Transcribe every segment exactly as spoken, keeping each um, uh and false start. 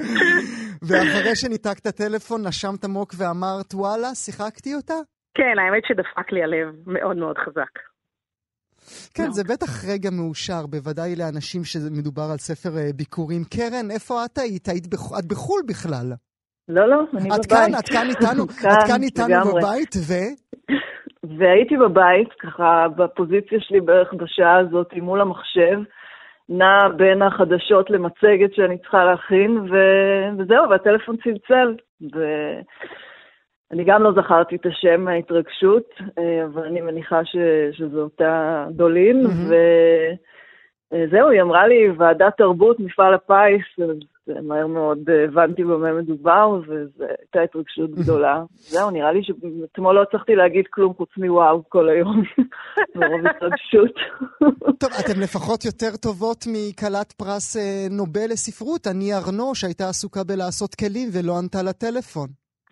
ואחרי שניתקת הטלפון, נשמת עמוק ואמרת, וואלה, שיחקתי אותה? כן, האמת שדפק לי הלב מאוד מאוד חזק. כן, זה בטח רגע מאושר, בוודאי לאנשים שמדובר על ספר ביקורים. קרן, איפה את היית? את בחול בכלל. לא, לא, אני בבית. את כאן, את כאן איתנו, את כאן איתנו בבית, ו... והייתי בבית, ככה בפוזיציה שלי בערך בשעה הזאת, מול המחשב, נע בין החדשות למצגת שאני צריכה להכין, וזהו, והטלפון צלצל, ואני גם לא זכרתי את השם מההתרגשות, אבל אני מניחה שזו אותה דולין, וזהו, היא אמרה לי, ועדת תרבות, מפעל הפיס, מהר מאוד הבנתי במה מדובר, וזו הייתה התרגשות גדולה. זהו, נראה לי שאתמול לא צריכתי להגיד כלום חוץ מוואו כל היום, ברוב התרגשות. טוב, אתם לפחות יותר טובות מקלת פרס נובל לספרות, אני ארנו, שהייתה עסוקה בלעשות כלים ולא ענתה לטלפון.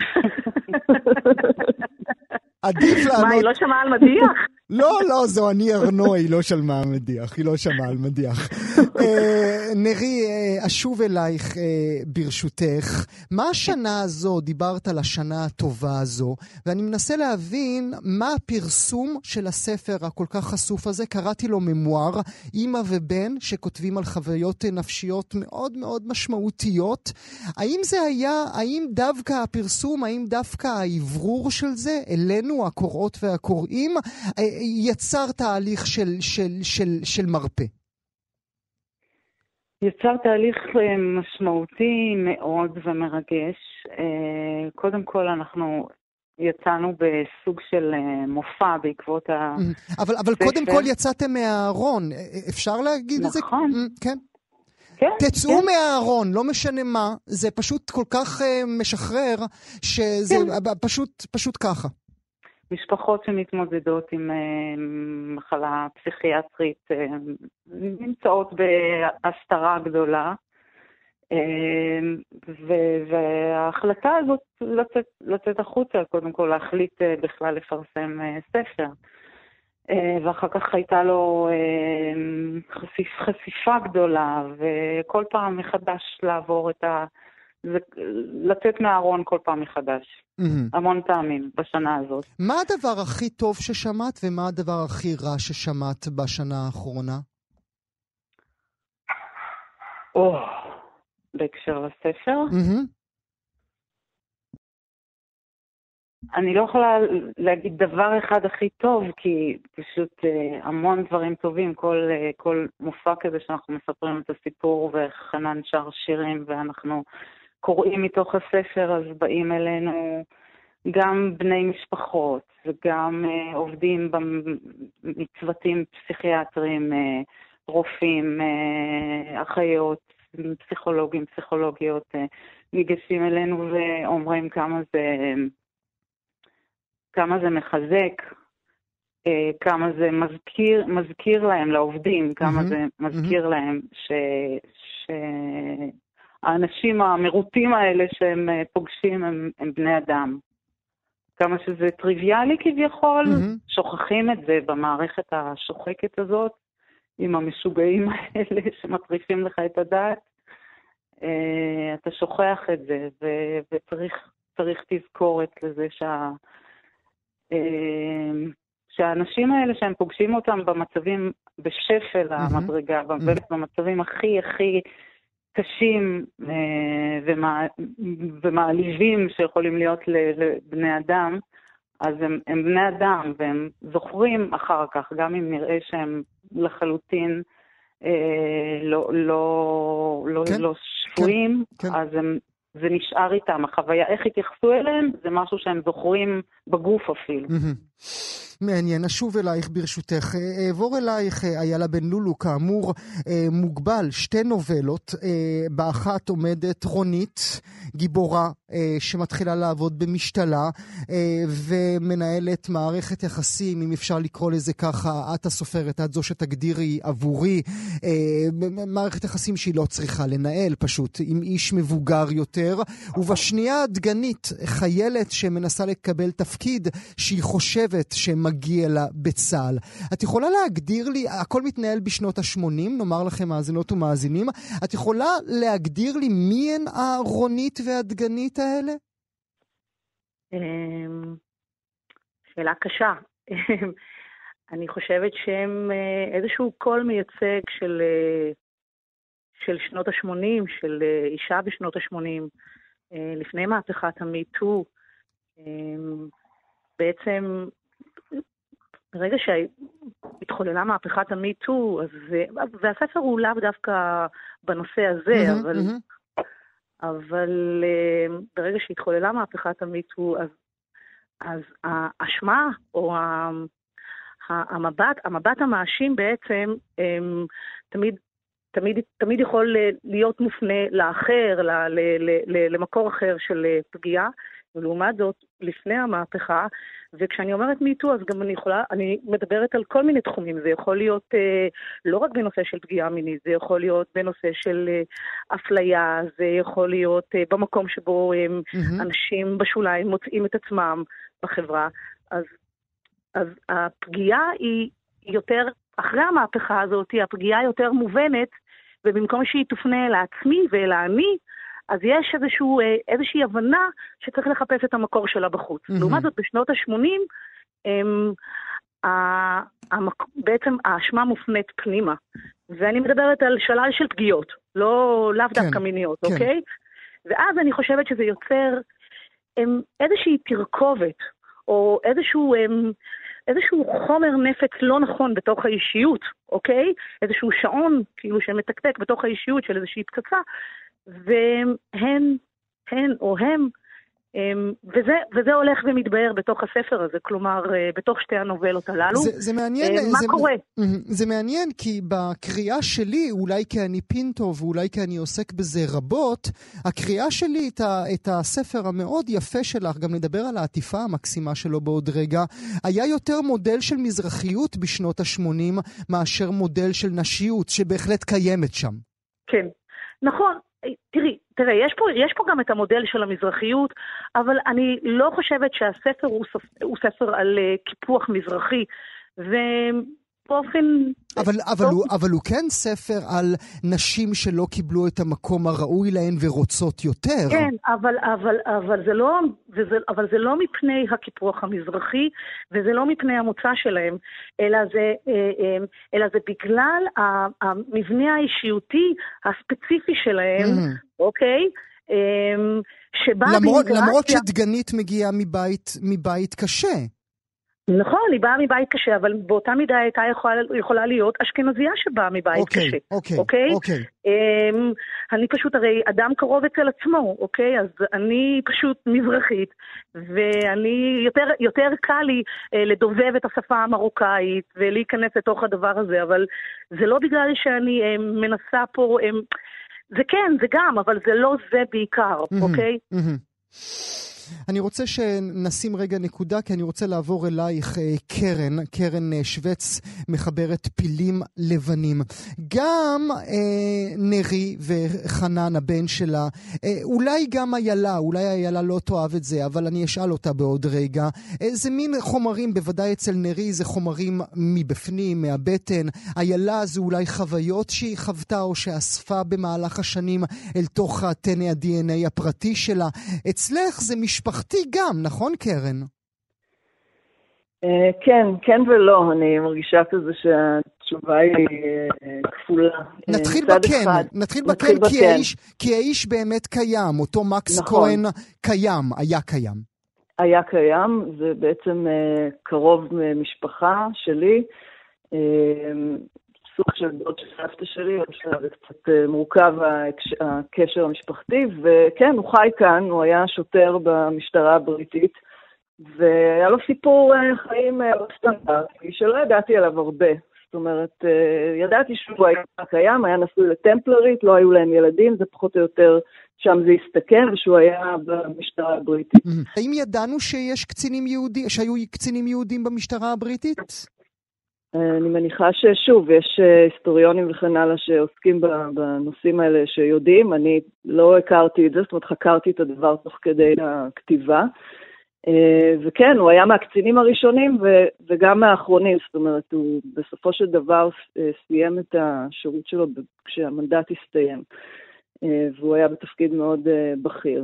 עדיף לענות... מה, היא לא שמעה על מדיח? לא, לא, זו אני ארנו, היא לא שמעה על מדיח, היא לא שמעה על מדיח. נרי, אשוב אלייך ברשותך. מה השנה הזו, דיברת על השנה הטובה הזו, ואני מנסה להבין מה הפרסום של הספר הכל כך חשוף הזה. קראתי לו ממואר, אמא ובן, שכותבים על חוויות נפשיות מאוד מאוד משמעותיות. האם זה היה, האם דווקא הפרסום, האם דווקא העברור של זה, אלינו, הקוראות והקוראים, יצר תהליך של, של, של, של מרפא? יצר תהליך משמעותי מאוד ומרגש. קודם כל אנחנו יצאנו בסוג של מופע בעקבות ה... אבל, אבל קודם כל יצאתם מהארון. אפשר להגיד את זה? נכון. כן. כן, תצאו כן. מהארון, לא משנה מה. זה פשוט כל כך משחרר שזה כן. פשוט, פשוט ככה. משפחות שמתמודדות עם מחלה פסיכיאטרית נמצאות בהסתרה גדולה, וההחלטה הזאת לצאת, לצאת החוצה, קודם כל להחליט בכלל לפרסם ספר, ואחר כך הייתה לו חשיפ, חשיפה גדולה, וכל פעם מחדש לעבור את ה... לצאת מהארון כל פעם מחדש. Mm-hmm. המון פעמים בשנה הזאת. מה הדבר הכי טוב ששמעת ומה הדבר הכי רע ששמעת בשנה האחרונה? או, בהקשר לספר? Mm-hmm. אני לא יכולה להגיד דבר אחד הכי טוב, כי פשוט uh, המון דברים טובים, כל, uh, כל מופע כזה שאנחנו מספרים את הסיפור וחנן שר שירים ואנחנו קוראים מתוך הספר, אז באים אלינו גם בני משפחות וגם uh, עובדים בצוותים פסיכיאטרים, uh, רופאים, uh, אחיות, פסיכולוגים, פסיכולוגיות, uh, ניגשים אלינו ואומרים כמה זה... כמה זה מחזק, כמה זה מזכיר, מזכיר להם, לעובדים, כמה mm-hmm. זה מזכיר mm-hmm. להם ש, שהאנשים המרוטים האלה שהם פוגשים הם, הם בני אדם. כמה שזה טריוויאלי כביכול, mm-hmm. שוכחים את זה במערכת השוחקת הזאת, עם המשוגעים האלה שמטריפים לך את הדעת. אתה שוכח את זה, ו- וצריך צריך תזכורת לזה שה... שהאנשים האלה שהם פוגשים אותם במצבים, בשפל המדרגה, במצבים הכי הכי קשים ומעליבים שיכולים להיות לבני אדם, אז הם, הם בני אדם והם זוכרים אחר כך, גם אם נראה שהם לחלוטין לא, לא, לא, כן, לא שפויים, כן, כן. אז הם זה נשאר איתם, החוויה, איך התייחסו אליהם, זה משהו שהם זוכרים בגוף אפילו. מעניין, אשוב אלייך ברשותך. אעבור אלייך, איילה בן לולו, כאמור מוגבל, שתי נובלות, באחת עומדת רונית, גיבורה שמתחילה לעבוד במשתלה, ומנהלת מערכת יחסים, אם אפשר לקרוא לזה ככה, את הסופרת, את זו שתגדירי עבורי, מערכת יחסים שהיא לא צריכה לנהל פשוט, עם איש מבוגר יותר, ובשנייה הדגנית, חיילת שמנסה לקבל תפקיד שהיא חושבת שמגיע, מגיע לה בצה"ל. את יכולה להגדיר לי, הכל מתנהל בשנות ה-שמונים, נאמר לכם מאזינות ומאזינים, את יכולה להגדיר לי מי הן הרונית והדגנית האלה? שאלה קשה. אני חושבת שהם איזשהו קול מייצג של, של שנות ה-שמונים, של אישה בשנות ה-שמונים, לפני מהפכת המיטו. בעצם, ברגע שהתחוללה מהפכת המיטו, אז, והספר הוא לאו דווקא בנושא הזה, mm-hmm, אבל, mm-hmm. אבל ברגע שהתחוללה מהפכת המיטו, אז, אז האשמה או ה... המבט, המבט המאשים בעצם תמיד, תמיד, תמיד יכול להיות מופנה לאחר, ל, ל, ל, ל, למקור אחר של פגיעה, ולעומת זאת, לפני המהפכה, וכשאני אומרת מיטו, אז גם אני יכולה, אני מדברת על כל מיני תחומים, זה יכול להיות לא רק בנושא של פגיעה מינית, זה יכול להיות בנושא של אפליה, זה יכול להיות במקום שבו mm-hmm. אנשים בשוליים מוצאים את עצמם בחברה, אז אז הפגיעה היא יותר, אחרי המהפכה הזאת, הפגיעה יותר מובנת, ובמקום שהיא תופנה אל העצמי ואל העני, אז יש איזשהו, איזושהי הבנה שצריך לחפש את המקור שלה בחוץ. Mm-hmm. לעומת זאת, בשנות ה-שמונים, הם, המק... בעצם האשמה מופנית פנימה. ואני מדברת על שלל של פגיעות, לא לאו דווקא כן, מיניות, כן. אוקיי? ואז אני חושבת שזה יוצר הם, איזושהי תרכובת, או איזשהו, איזשהו חומר נפץ לא נכון בתוך האישיות, אוקיי? איזשהו שעון, כאילו שמתקתק בתוך האישיות של איזושהי פצצה, והן, הן או הם, וזה, וזה הולך ומתבהר בתוך הספר הזה, כלומר, בתוך שתי הנובלות הללו. זה, זה מעניין, מה זה, קורה? זה מעניין, כי בקריאה שלי, אולי כי אני פינטו, ואולי כי אני עוסק בזה רבות, הקריאה שלי את, ה, את הספר המאוד יפה שלך, גם נדבר על העטיפה המקסימה שלו בעוד רגע, היה יותר מודל של מזרחיות בשנות ה-שמונים, מאשר מודל של נשיות, שבהחלט קיימת שם. כן, נכון. תראי, תראה, יש פה, יש פה גם את המודל של המזרחיות, אבל אני לא חושבת שהספר הוא, הוא ספר על uh, קיפוח מזרחי, ובאופן... אבל, אבל, הוא, אבל הוא כן ספר על נשים שלא קיבלו את המקום הראוי להן ורוצות יותר. כן, אבל, אבל, אבל, זה לא, וזה, אבל זה לא מפני הקיפוח המזרחי, וזה לא מפני המוצא שלהם, אלא זה, אלא זה בגלל המבנה האישיותי הספציפי שלהם, mm-hmm. אוקיי? שבא למרות, באינטראקציה... למרות שדגנית מגיעה מבית, מבית קשה. נכון, היא באה מבית קשה, אבל באותה מידה הייתה יכולה, יכולה להיות אשכנזייה שבאה מבית אוקיי, קשה. אוקיי, אוקיי? אוקיי. Um, אני פשוט, הרי אדם קרוב אצל עצמו, אוקיי? אז אני פשוט מזרחית, ואני, יותר, יותר קל לי uh, לדובב את השפה המרוקאית, ולהיכנס לתוך הדבר הזה, אבל זה לא בגלל שאני um, מנסה פה, um, זה כן, זה גם, אבל זה לא זה בעיקר, mm-hmm, אוקיי? Mm-hmm. אני רוצה שנשים רגע נקודה, כי אני רוצה לעבור אלייך קרן, קרן שווץ, מחברת פילים לבנים. גם אה, נרי וחנן, הבן שלה, אה, אולי גם איילה, אולי איילה לא תאהב את זה, אבל אני אשאל אותה בעוד רגע. אה, זה מין חומרים, בוודאי אצל נרי, זה חומרים מבפנים, מהבטן. איילה זה אולי חוויות שהיא חוותה או שאספה במהלך השנים אל תוך הטנא ה-די אן איי הפרטי שלה. אצלך זה משפט משפחתי גם, נכון קרן? כן, כן ולא. אני מרגישה כזה שהתשובה היא כפולה. נתחיל בכן, נתחיל בכן כי האיש באמת קיים, אותו מקס כהן קיים, היה קיים. היה קיים, זה בעצם קרוב משפחה שלי, סוג של דוד של סבתא שלי, זה קצת מורכב הקשר המשפחתי, וכן, הוא חי כאן, הוא היה שוטר במשטרה הבריטית, והיה לו סיפור חיים סטנדרטי, שלא ידעתי עליו הרבה. זאת אומרת, ידעתי שהוא היה קיים, היה נשוי לטמפלרית, לא היו להם ילדים, זה פחות או יותר שם זה הסתכם, ושהוא היה במשטרה הבריטית. האם ידענו שיש קצינים יהודים, שהיו קצינים יהודים במשטרה הבריטית? אני מניחה ששוב, יש היסטוריונים וכן הלאה שעוסקים בנושאים האלה שיודעים, אני לא הכרתי את זה, זאת אומרת חקרתי את הדבר תוך כדי הכתיבה, וכן, הוא היה מהקצינים הראשונים וגם מהאחרונים, זאת אומרת, הוא בסופו של דבר סיים את השירות שלו כשהמנדט הסתיים, והוא היה בתפקיד מאוד בכיר.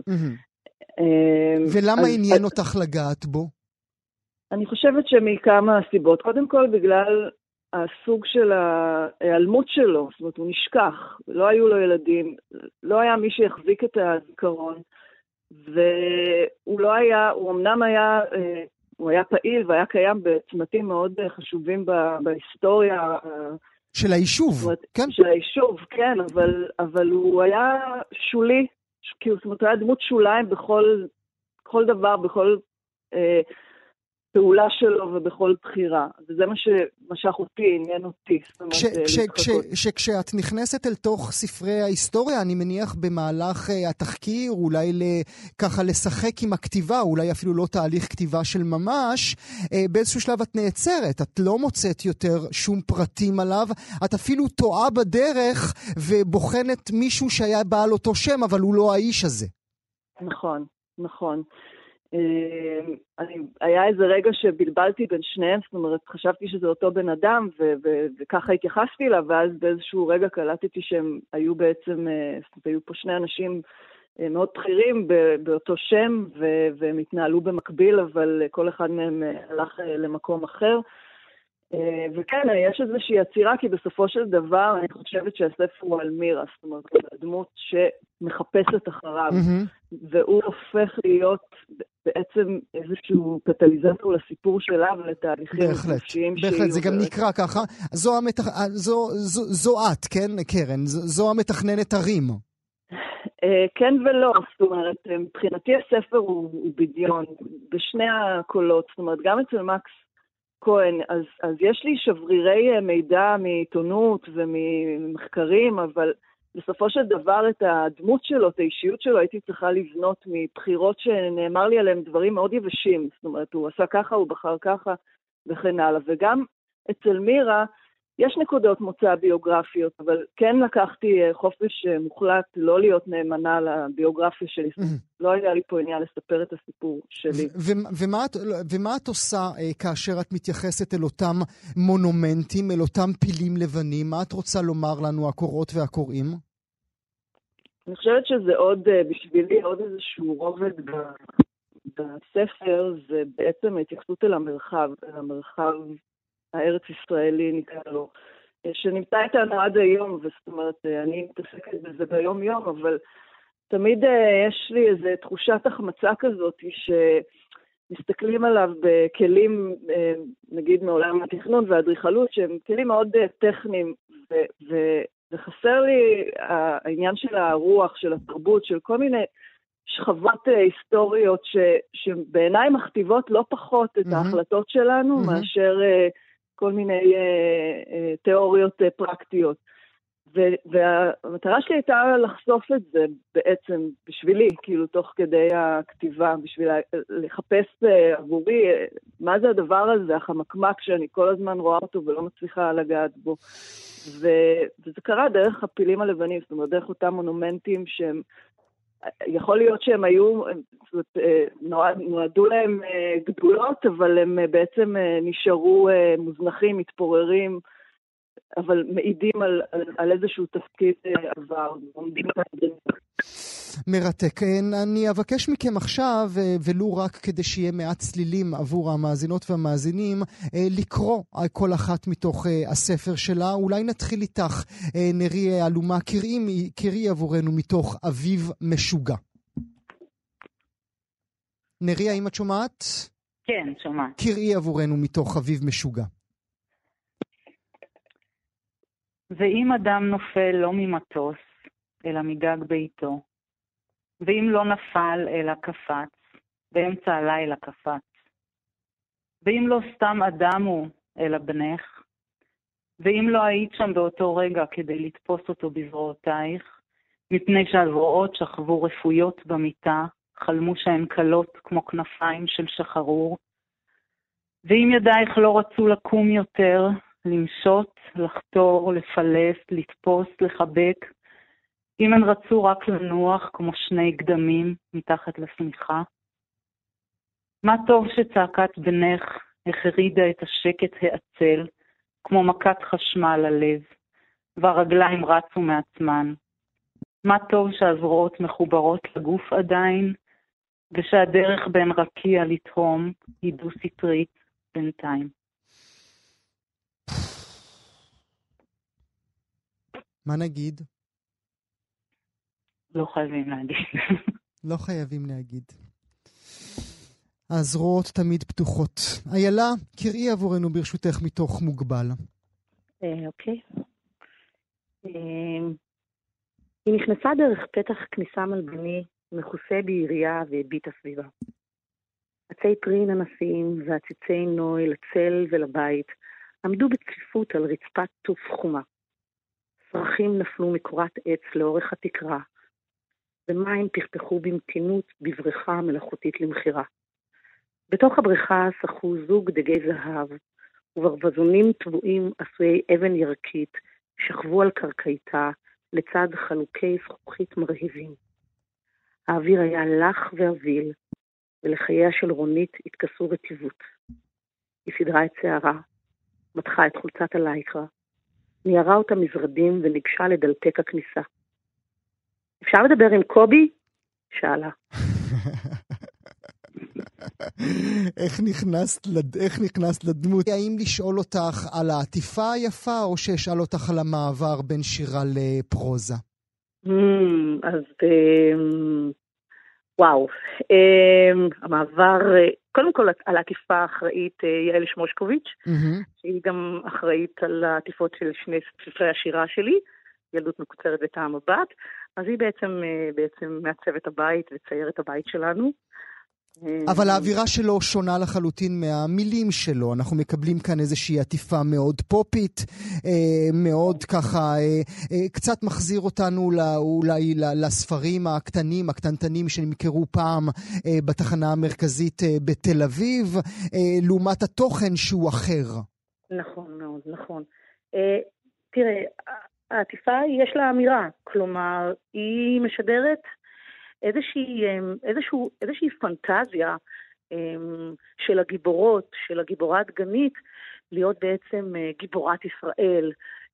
ולמה עניין אותך לגעת בו? אני חושבת שמכמה סיבות. קודם כל, בגלל הסוג של ההיעלמות שלו, זאת אומרת, הוא נשכח, לא היו לו ילדים, לא היה מי שיחזיק את הזיכרון, והוא לא היה, הוא אמנם היה, הוא היה פעיל והיה קיים בצמתים מאוד חשובים בהיסטוריה. של היישוב, אומרת, כן? של היישוב, כן, אבל, אבל הוא היה שולי, כאילו, זאת אומרת, הוא היה דמות שוליים בכל, בכל דבר, בכל אה, פעולה שלו ובכל בחירה. וזה מה שמשך אותי, עניין אותי. כשאת נכנסת אל תוך ספרי ההיסטוריה, אני מניח במהלך התחקיר, אולי ככה לשחק עם הכתיבה, אולי אפילו לא תהליך כתיבה של ממש, באיזשהו שלב את נעצרת, את לא מוצאת יותר שום פרטים עליו, את אפילו טועה בדרך ובוחנת מישהו שהיה בעל אותו שם, אבל הוא לא האיש הזה. נכון, נכון. אני, היה איזה רגע שבלבלתי בין שניהם, זאת אומרת, חשבתי שזה אותו בן אדם, ו- ו- וככה התייחסתי לה, ואז באיזשהו רגע קלטתי שהם היו בעצם, זאת אומרת, היו פה שני אנשים מאוד בכירים באותו שם, ו- והם התנהלו במקביל, אבל כל אחד מהם הלך למקום אחר. וכן, יש איזושהי עצירה, כי בסופו של דבר אני חושבת שהספר הוא על מירה, זאת אומרת, הדמות שמחפשת אחריו, mm-hmm. והוא הופך להיות בעצם איזשהו קטליזטור לסיפור שלה ולתהליכים נפשיים שהיא... בהחלט, זה גם נקרא ככה. זו, המתכ... זו, זו, זו את, כן, קרן? זו, זו המתכננת הרים. כן ולא, זאת אומרת, מבחינתי הספר הוא, הוא בדיון בשני הקולות, זאת אומרת, גם אצל מקס כהן, אז, אז יש לי שברירי מידע מעיתונות וממחקרים, אבל בסופו של דבר את הדמות שלו, את האישיות שלו, הייתי צריכה לבנות מבחירות שנאמר לי עליהם דברים מאוד יבשים. זאת אומרת, הוא עשה ככה, הוא בחר ככה, וכן הלאה. וגם אצל מירה, יש נקודות מוצא ביוגרפיות, אבל כן לקחתי חופש מוחלט לא להיות נאמנה לביוגרפיה שלי. לא היה לי פה עניין לספר את הסיפור שלי. ומה את, ומה את עושה כאשר את מתייחסת אל אותם מונומנטים, אל אותם פילים לבנים? מה את רוצה לומר לנו, הקוראות והקוראים? אני חושבת שזה עוד, בשבילי, עוד איזשהו רובד בספר, זה בעצם התייחסות אל המרחב, אל המרחב הארץ ישראלי נקרא לו, שנמצא איתנו עד היום, וזאת אומרת, אני מתעסקת בזה ביום יום, אבל תמיד יש לי איזו תחושת החמצה כזאת, שמסתכלים עליו בכלים, נגיד מעולם התכנון והאדריכלות, שהם כלים מאוד טכניים, וחסר לי העניין של הרוח, של התרבות, של כל מיני שכבות היסטוריות, שבעיניי מכתיבות לא פחות את ההחלטות שלנו, מאשר כל מיני תיאוריות פרקטיות. והמטרה שלי הייתה לחשוף את זה בעצם בשבילי, כאילו תוך כדי הכתיבה, בשביל לחפש עבורי מה זה הדבר הזה, החמקמק שאני כל הזמן רואה אותו ולא מצליחה לגעת בו. וזה קרה דרך הפילים הלבנים, זאת אומרת, דרך אותם מונומנטים שהם, יכול להיות שהם היו, נועדו להם גדולות, אבל הם בעצם נשארו מוזנחים, מתפוררים, אבל מעידים על, על, על איזשהו תפקיד עבר. מרתק. אני אבקש מכם עכשיו, ולו רק כדי שיהיה מעט צלילים עבור המאזינות והמאזינים, לקרוא כל אחת מתוך הספר שלה. אולי נתחיל איתך, נרי אלומה, קראי, קראי עבורנו מתוך אביב משוגע. נרי, האם את שומעת? כן, שומעת. קראי עבורנו מתוך אביב משוגע. ואם אדם נופל לא ממטוס, אלא מגג ביתו, ואם לא נפל אלא קפץ, באמצע הלילה קפץ, ואם לא סתם אדם הוא אלא בנך, ואם לא היית שם באותו רגע כדי לתפוס אותו בזרועותייך, מפני שהזרועות שכבו רפויות במיטה, חלמו שהן קלות כמו כנפיים של שחרור, ואם ידייך לא רצו לקום יותר, למשות, לחתור, לפלס, לתפוס, לחבק, אם הן רצו רק לנוח כמו שני קדמים מתחת לשמיכה. מה טוב שצעקת בנך החרידה את השקט העצל, כמו מכת חשמל ללב, והרגליים רצו מעצמן. מה טוב שהזרועות מחוברות לגוף עדיין, ושהדרך בין רקיע לתהום היא דו-סטרית בינתיים. מה נגיד? לא חייבים להגיד. לא חייבים להגיד. הזרועות תמיד פתוחות. איילה, קראי עבורנו ברשותך מתוך מוגבל. אוקיי. היא נכנסה דרך פתח כניסה מלבני, מכוסה בירייה והביטה סביבה. עצי פרי ננסים ועציצי נוי לצל ולבית עמדו בצפיפות על רצפת טוף חומה. פרחים נפלו מקורת עץ לאורך התקרה, ומים פכפכו במתינות בבריכה מלאכותית למחירה. בתוך הבריכה שחו זוג דגי זהב, וברווזונים טבועים עשויי אבן ירקית שכבו על קרקעיתה לצד חלוקי זכוכית מרהיבים. האוויר היה לח ואביל, ולחייה של רונית התכסו רטיבות. היא סדרה את שערה, מתחה את חולצת הלייקרה, ניירה אותה מזרדים וניגשה לדלתק הכניסה. אפשר לדבר עם קובי? שאלה. איך נכנסת, לד... איך נכנסת לדמות? האם לשאול אותך על העטיפה היפה, או שאשאל אותך על המעבר בין שירה לפרוזה? Mm, אז וואו, המעבר, קודם כל על העטיפה האחראית יעל שמושקוביץ', שהיא גם אחראית על העטיפות של שני ספרי השירה שלי, ילדות מקוצרת וטעם הבת, אז היא בעצם, בעצם מעצבת הבית וציירת הבית שלנו. אבל האווירה שלו שונה לחלוטין מהמילים שלו. אנחנו מקבלים כאן איזושהי עטיפה מאוד פופית, מאוד ככה, קצת מחזיר אותנו אולי לספרים הקטנים, הקטנטנים שנמכרו פעם בתחנה המרכזית בתל אביב, לעומת התוכן שהוא אחר. נכון מאוד, נכון. תראה, העטיפה יש לה אמירה, כלומר, היא משדרת איזושהי, איזשהו, איזושהי פנטזיה של הגיבורות, של הגיבורה הדגנית, להיות בעצם גיבורת ישראל.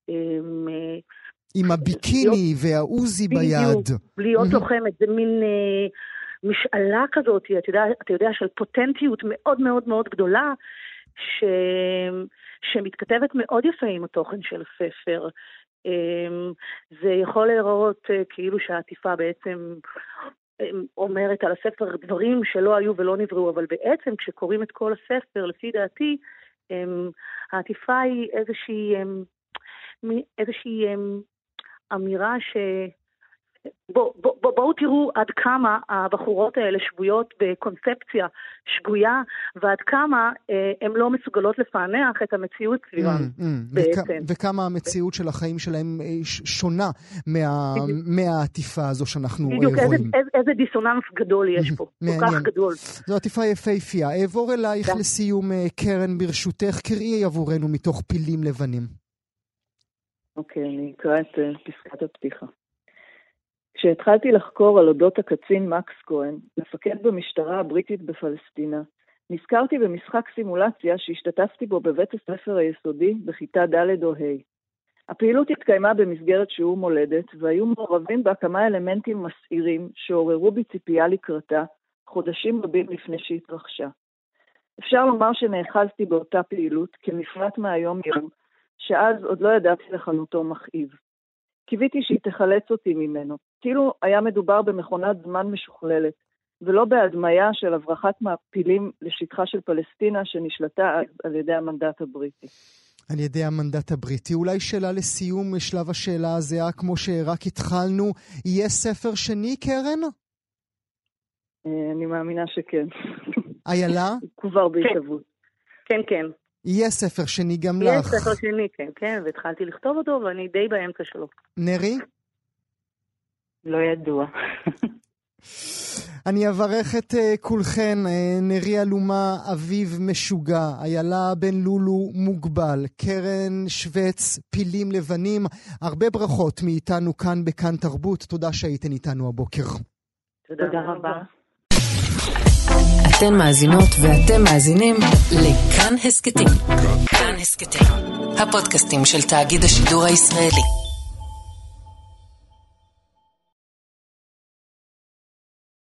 עם הביקיני והאוזי ביד. להיות לוחמת, זה מין משאלה כזאת, אתה יודע, אתה יודע, של פוטנטיות מאוד מאוד מאוד גדולה, ש... שמתכתבת מאוד יפה עם התוכן של הספר. זה יכול להיראות כאילו שהעטיפה בעצם אומרת על הספר דברים שלא היו ולא נבראו, אבל בעצם כשקוראים את כל הספר, לפי דעתי, העטיפה היא איזושהי, איזושהי אמירה ש... בואו בוא, בוא, בוא תראו עד כמה הבחורות האלה שבויות בקונספציה שגויה, ועד כמה אה, הן לא מסוגלות לפענח את המציאות סביבן. Mm, mm, בעצם. וכ- וכמה המציאות של החיים שלהם שונה מה, מהעטיפה הזו שאנחנו בדיוק, רואים. איזה, איזה, איזה דיסוננס גדול יש פה, כל כך גדול. זו עטיפה יפהפייה. אעבור אלייך yeah. לסיום, קרן, ברשותך, קראי עבורנו מתוך פילים לבנים. אוקיי, okay, אני אקרא את uh, פסקת הפתיחה. כשהתחלתי לחקור על אודות הקצין מקס כהן, מפקד במשטרה הבריטית בפלסטינה, נזכרתי במשחק סימולציה שהשתתפתי בו בבית הספר היסודי בכיתה ד' או ה'. הפעילות התקיימה במסגרת שיעור מולדת, והיו מעורבים בה כמה אלמנטים מסעירים שעוררו בי ציפייה לקראתה חודשים רבים לפני שהתרחשה. אפשר לומר שנאחזתי באותה פעילות כמפרט מהיום יום, שאז עוד לא ידעתי לכנותו מכאיב. קיוויתי שהיא תחלץ אותי ממנו, כאילו היה מדובר במכונת זמן משוכללת, ולא בהדמיה של הברחת מעפילים לשטחה של פלסטינה שנשלטה על ידי המנדט הבריטי. על ידי המנדט הבריטי. אולי שאלה לסיום, שלב השאלה הזהה, כמו שרק התחלנו, יהיה ספר שני, קרן? אני מאמינה שכן. איילה? כבר בהתהוות. כן, כן. יהיה ספר שני גם יהיה לך. יהיה ספר שני, כן, כן, והתחלתי לכתוב אותו, ואני די באמצע שלו. נרי? לא ידוע. אני אברך את uh, כולכן, uh, נרי אלומה, אביב משוגע, איילה בן לולו מוגבל, קרן שווץ, פילים לבנים, הרבה ברכות מאיתנו כאן בכאן תרבות, תודה שהייתן איתנו הבוקר. תודה, תודה רבה. רבה. אתן מאזינות ואתם מאזינים לכאן הסקטים. כאן הסקטים, הפודקאסטים של תאגיד השידור הישראלי.